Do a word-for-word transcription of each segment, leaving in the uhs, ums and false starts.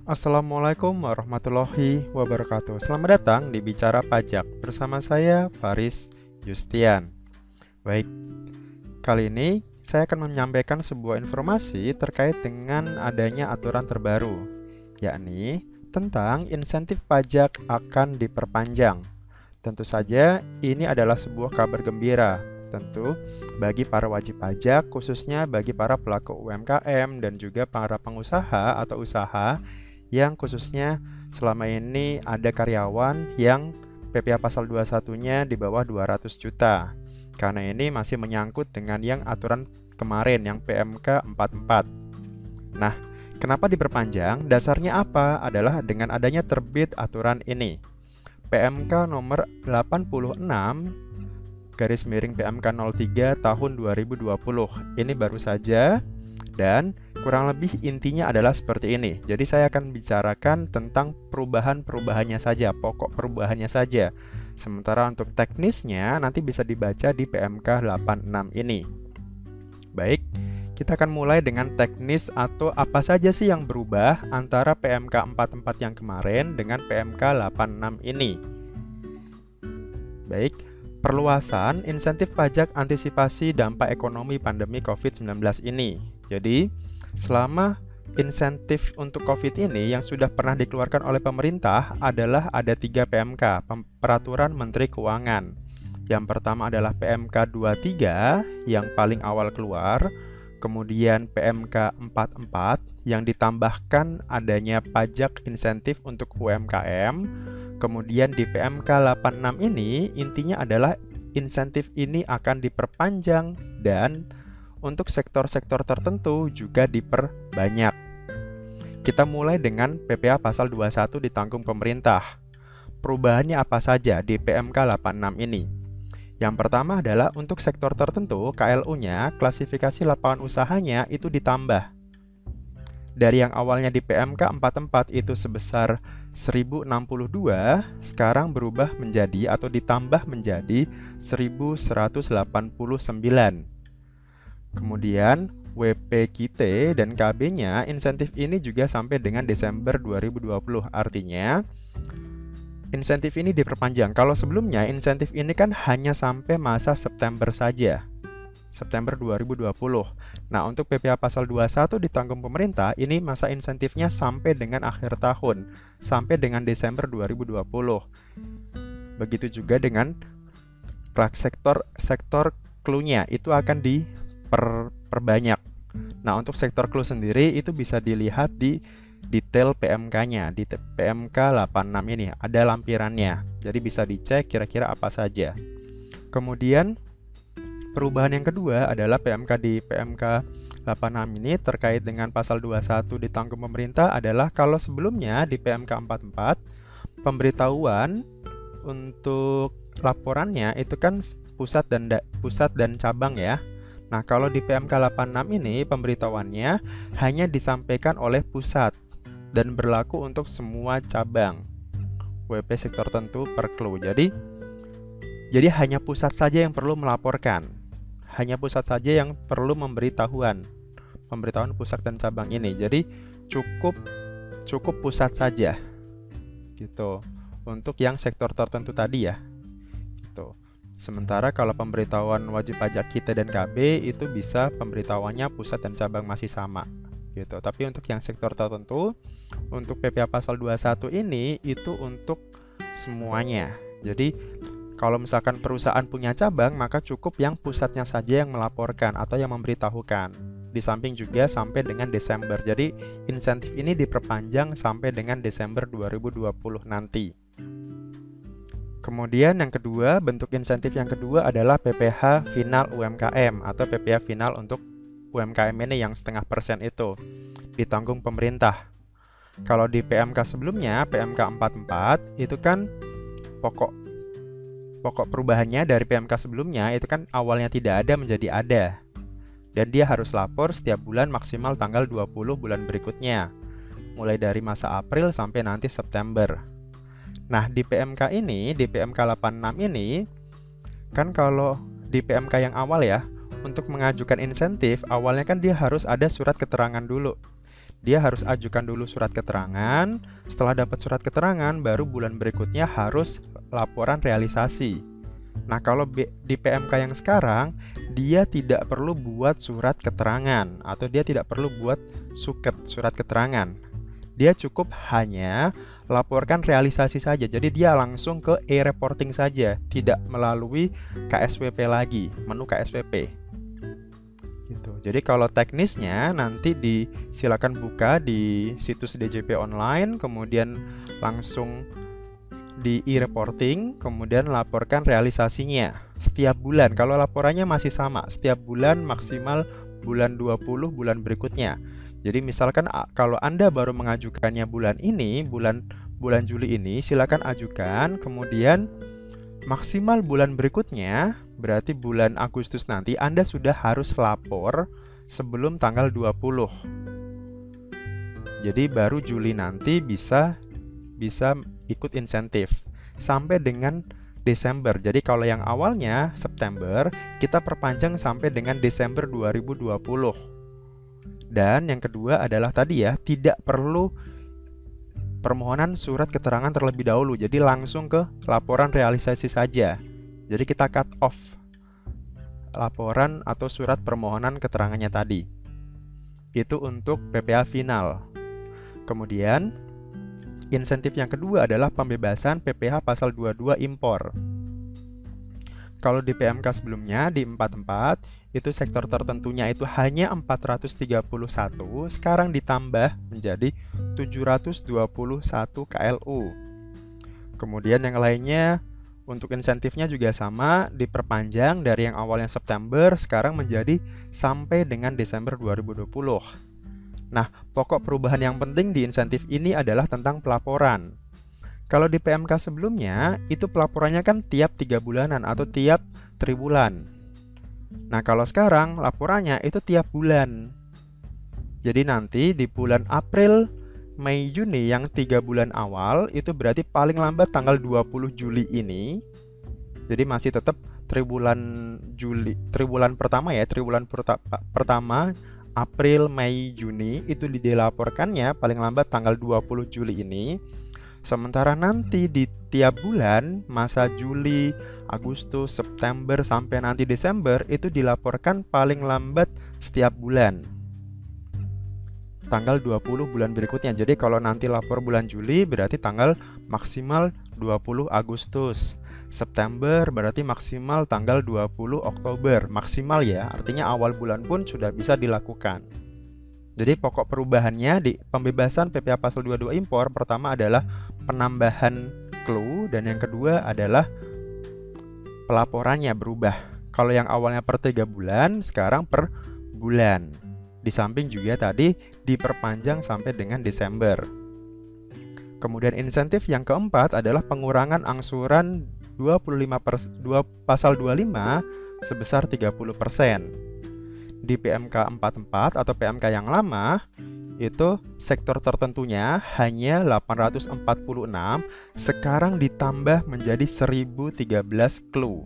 Assalamualaikum warahmatullahi wabarakatuh. Selamat datang di Bicara Pajak bersama saya Faris Yustian. Baik, kali ini saya akan menyampaikan sebuah informasi terkait dengan adanya aturan terbaru, yakni tentang insentif pajak akan diperpanjang. Tentu saja ini adalah sebuah kabar gembira, tentu bagi para wajib pajak, khususnya bagi para pelaku U M K M dan juga para pengusaha atau usaha yang khususnya selama ini ada karyawan yang P P H pasal dua puluh satu-nya di bawah dua ratus juta. Karena ini masih menyangkut dengan yang aturan kemarin yang P M K empat puluh empat. Nah, kenapa diperpanjang? Dasarnya apa? Adalah dengan adanya terbit aturan ini. P M K nomor delapan puluh enam garis miring P M K nol tiga tahun dua ribu dua puluh. Ini baru saja dan kurang lebih intinya adalah seperti ini. Jadi saya akan bicarakan tentang perubahan-perubahannya saja, pokok perubahannya saja. Sementara untuk teknisnya nanti bisa dibaca di P M K delapan puluh enam ini. Baik, kita akan mulai dengan teknis atau apa saja sih yang berubah antara P M K empat puluh empat yang kemarin dengan P M K delapan puluh enam ini. Baik, perluasan insentif pajak antisipasi dampak ekonomi pandemi covid sembilan belas ini. Jadi, selama insentif untuk COVID ini yang sudah pernah dikeluarkan oleh pemerintah adalah ada tiga P M K, Peraturan Menteri Keuangan. Yang pertama adalah P M K dua puluh tiga yang paling awal keluar, kemudian P M K empat puluh empat yang ditambahkan adanya pajak insentif untuk U M K M, kemudian di P M K delapan puluh enam ini intinya adalah insentif ini akan diperpanjang dan untuk sektor-sektor tertentu juga diperbanyak. Kita mulai dengan P P H pasal dua puluh satu ditanggung pemerintah. Perubahannya apa saja di P M K delapan puluh enam ini? Yang pertama adalah untuk sektor tertentu, K L U-nya, klasifikasi lapangan usahanya itu ditambah. Dari yang awalnya di P M K empat puluh empat itu sebesar seribu enam puluh dua, sekarang berubah menjadi atau ditambah menjadi seribu seratus delapan puluh sembilan. Kemudian W P Q T dan K B-nya insentif ini juga sampai dengan Desember dua ribu dua puluh. Artinya insentif ini diperpanjang. Kalau sebelumnya insentif ini kan hanya sampai masa September saja. September dua ribu dua puluh. Nah, untuk P P H pasal dua puluh satu ditanggung pemerintah, ini masa insentifnya sampai dengan akhir tahun, sampai dengan Desember dua ribu dua puluh. Begitu juga dengan sektor sektor clue-nya itu akan di Per, perbanyak. Nah, untuk sektor clue sendiri itu bisa dilihat di detail P M K-nya. Di P M K delapan puluh enam ini ada lampirannya. Jadi bisa dicek kira-kira apa saja. Kemudian perubahan yang kedua adalah P M K di P M K delapan puluh enam ini terkait dengan pasal dua puluh satu ditanggung pemerintah adalah kalau sebelumnya di P M K empat puluh empat pemberitahuan untuk laporannya itu kan pusat dan pusat dan cabang ya. Nah, kalau di P M K delapan puluh enam ini pemberitahuannya hanya disampaikan oleh pusat dan berlaku untuk semua cabang W P sektor tertentu per clue. Jadi jadi hanya pusat saja yang perlu melaporkan. Hanya pusat saja yang perlu memberitahuan. Pemberitahuan pusat dan cabang ini. Jadi cukup cukup pusat saja. Gitu. Untuk yang sektor tertentu tadi ya. Gitu. Sementara kalau pemberitahuan wajib pajak kita dan K B itu bisa pemberitahuannya pusat dan cabang masih sama gitu. Tapi untuk yang sektor tertentu, untuk P P H pasal dua puluh satu ini itu untuk semuanya. Jadi kalau misalkan perusahaan punya cabang, maka cukup yang pusatnya saja yang melaporkan atau yang memberitahukan. Di samping juga sampai dengan Desember. Jadi insentif ini diperpanjang sampai dengan Desember dua ribu dua puluh nanti. Kemudian yang kedua, bentuk insentif yang kedua adalah P P H final U M K M atau P P H final untuk U M K M ini yang setengah persen itu ditanggung pemerintah. Kalau di P M K sebelumnya, P M K empat puluh empat itu kan pokok pokok perubahannya dari P M K sebelumnya itu kan awalnya tidak ada menjadi ada. Dan dia harus lapor setiap bulan maksimal tanggal dua puluh bulan berikutnya. Mulai dari masa April sampai nanti September. Nah, di P M K ini, di P M K delapan puluh enam ini, kan kalau di P M K yang awal ya, untuk mengajukan insentif, awalnya kan dia harus ada surat keterangan dulu. Dia harus ajukan dulu surat keterangan. Setelah dapat surat keterangan, baru bulan berikutnya harus laporan realisasi. Nah, kalau di P M K yang sekarang, dia tidak perlu buat surat keterangan atau dia tidak perlu buat suket, surat keterangan. Dia cukup hanya laporkan realisasi saja. Jadi dia langsung ke e-reporting saja, tidak melalui K S W P lagi, menu K S W P. Gitu. Jadi kalau teknisnya nanti disilakan buka di situs D J P online, kemudian langsung di e-reporting, kemudian laporkan realisasinya setiap bulan. Kalau laporannya masih sama, setiap bulan maksimal bulan dua puluh bulan berikutnya. Jadi misalkan kalau Anda baru mengajukannya bulan ini, bulan bulan Juli ini, silakan ajukan, kemudian maksimal bulan berikutnya, berarti bulan Agustus nanti Anda sudah harus lapor sebelum tanggal dua puluh. Jadi baru Juli nanti bisa bisa ikut insentif sampai dengan Desember. Jadi kalau yang awalnya September, kita perpanjang sampai dengan Desember dua ribu dua puluh. Dan yang kedua adalah tadi ya, tidak perlu permohonan surat keterangan terlebih dahulu. Jadi langsung ke laporan realisasi saja. Jadi kita cut off laporan atau surat permohonan keterangannya tadi. Itu untuk P P H final. Kemudian insentif yang kedua adalah pembebasan P P H pasal dua puluh dua impor. Kalau di P M K sebelumnya di empat puluh empat itu sektor tertentunya itu hanya empat ratus tiga puluh satu, sekarang ditambah menjadi tujuh ratus dua puluh satu K L U. Kemudian yang lainnya untuk insentifnya juga sama, diperpanjang dari yang awalnya September sekarang menjadi sampai dengan Desember dua ribu dua puluh. Nah, pokok perubahan yang penting di insentif ini adalah tentang pelaporan. Kalau di P M K sebelumnya, itu pelaporannya kan tiap tiga bulanan atau tiap triwulan. Nah, kalau sekarang laporannya itu tiap bulan. Jadi nanti di bulan April, Mei, Juni yang tiga bulan awal, itu berarti paling lambat tanggal dua puluh Juli ini. Jadi masih tetap triwulan Juli, triwulan pertama ya, triwulan pertama April, Mei, Juni itu dilaporkannya paling lambat tanggal dua puluh Juli ini. Sementara nanti di tiap bulan, masa Juli, Agustus, September, sampai nanti Desember itu dilaporkan paling lambat setiap bulan tanggal dua puluh bulan berikutnya. Jadi kalau nanti lapor bulan Juli berarti tanggal maksimal dua puluh Agustus. September berarti maksimal tanggal dua puluh Oktober. Maksimal ya, artinya awal bulan pun sudah bisa dilakukan. Jadi pokok perubahannya di pembebasan P P H pasal dua puluh dua impor pertama adalah penambahan clue dan yang kedua adalah pelaporannya berubah. Kalau yang awalnya per tiga bulan, sekarang per bulan. Di samping juga tadi diperpanjang sampai dengan Desember. Kemudian insentif yang keempat adalah pengurangan angsuran dua puluh lima persen, dua, pasal dua puluh lima sebesar tiga puluh persen. Di P M K empat puluh empat atau P M K yang lama, itu sektor tertentunya hanya delapan ratus empat puluh enam, sekarang ditambah menjadi seribu tiga belas clue.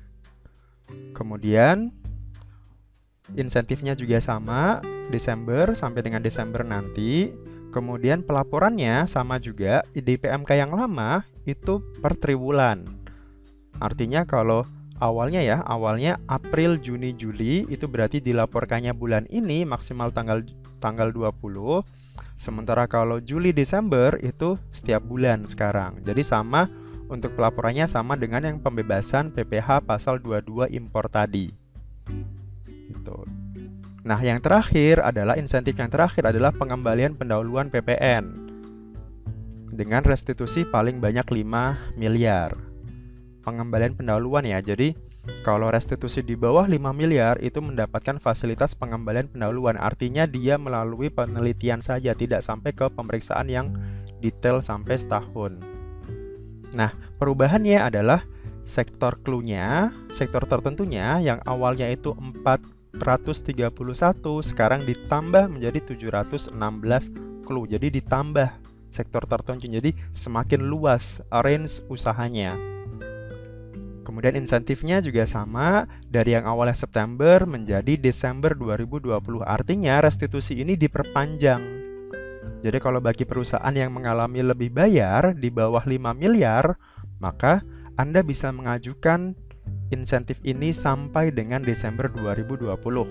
Kemudian insentifnya juga sama, Desember sampai dengan Desember nanti. Kemudian pelaporannya sama juga, di P M K yang lama itu per triwulan. Artinya kalau awalnya ya, awalnya April, Juni, Juli itu berarti dilaporkannya bulan ini maksimal tanggal tanggal dua puluh. Sementara kalau Juli, Desember itu setiap bulan sekarang. Jadi sama untuk pelaporannya sama dengan yang pembebasan P P H pasal dua puluh dua impor tadi. Gitu. Nah, yang terakhir adalah insentif yang terakhir adalah pengembalian pendahuluan P P N dengan restitusi paling banyak lima miliar. Pengembalian pendahuluan ya. Jadi kalau restitusi di bawah lima miliar itu mendapatkan fasilitas pengembalian pendahuluan. Artinya dia melalui penelitian saja, tidak sampai ke pemeriksaan yang detail sampai setahun. Nah, perubahannya adalah sektor clue-nya, sektor tertentunya yang awalnya itu empat ratus tiga puluh satu sekarang ditambah menjadi tujuh ratus enam belas clue. Jadi ditambah sektor tertentu, jadi semakin luas range usahanya. Kemudian insentifnya juga sama, dari yang awalnya September menjadi Desember dua ribu dua puluh. Artinya restitusi ini diperpanjang Jadi kalau bagi perusahaan yang mengalami lebih bayar di bawah lima miliar, maka Anda bisa mengajukan insentif ini sampai dengan Desember dua ribu dua puluh.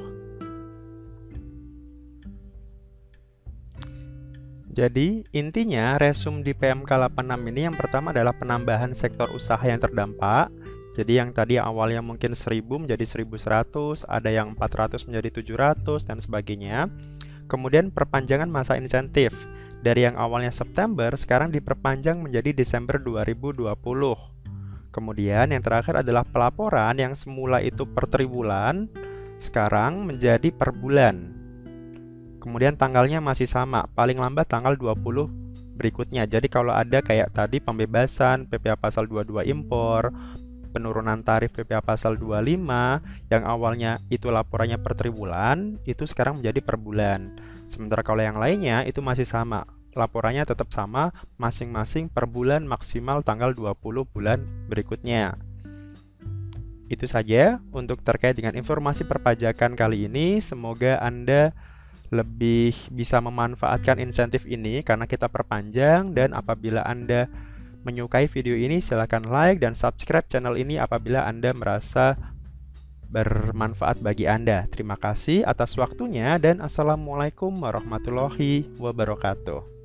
Jadi, intinya resum di P M K delapan puluh enam ini yang pertama adalah penambahan sektor usaha yang terdampak. Jadi yang tadi awalnya mungkin seribu menjadi seribu seratus, ada yang empat ratus menjadi tujuh ratus, dan sebagainya. Kemudian perpanjangan masa insentif. Dari yang awalnya September, sekarang diperpanjang menjadi Desember dua ribu dua puluh. Kemudian yang terakhir adalah pelaporan yang semula itu per triwulan, sekarang menjadi per bulan. Kemudian tanggalnya masih sama, paling lambat tanggal dua puluh berikutnya. Jadi kalau ada kayak tadi pembebasan P P H pasal dua puluh dua impor, penurunan tarif P P H pasal dua puluh lima yang awalnya itu laporannya per triwulan, itu sekarang menjadi per bulan. Sementara kalau yang lainnya itu masih sama, laporannya tetap sama, masing-masing per bulan maksimal tanggal dua puluh bulan berikutnya. Itu saja untuk terkait dengan informasi perpajakan kali ini. Semoga Anda lebih bisa memanfaatkan insentif ini karena kita perpanjang. Dan apabila Anda menyukai video ini, silahkan like dan subscribe channel ini apabila Anda merasa bermanfaat bagi Anda. Terima kasih atas waktunya dan Assalamualaikum warahmatullahi wabarakatuh.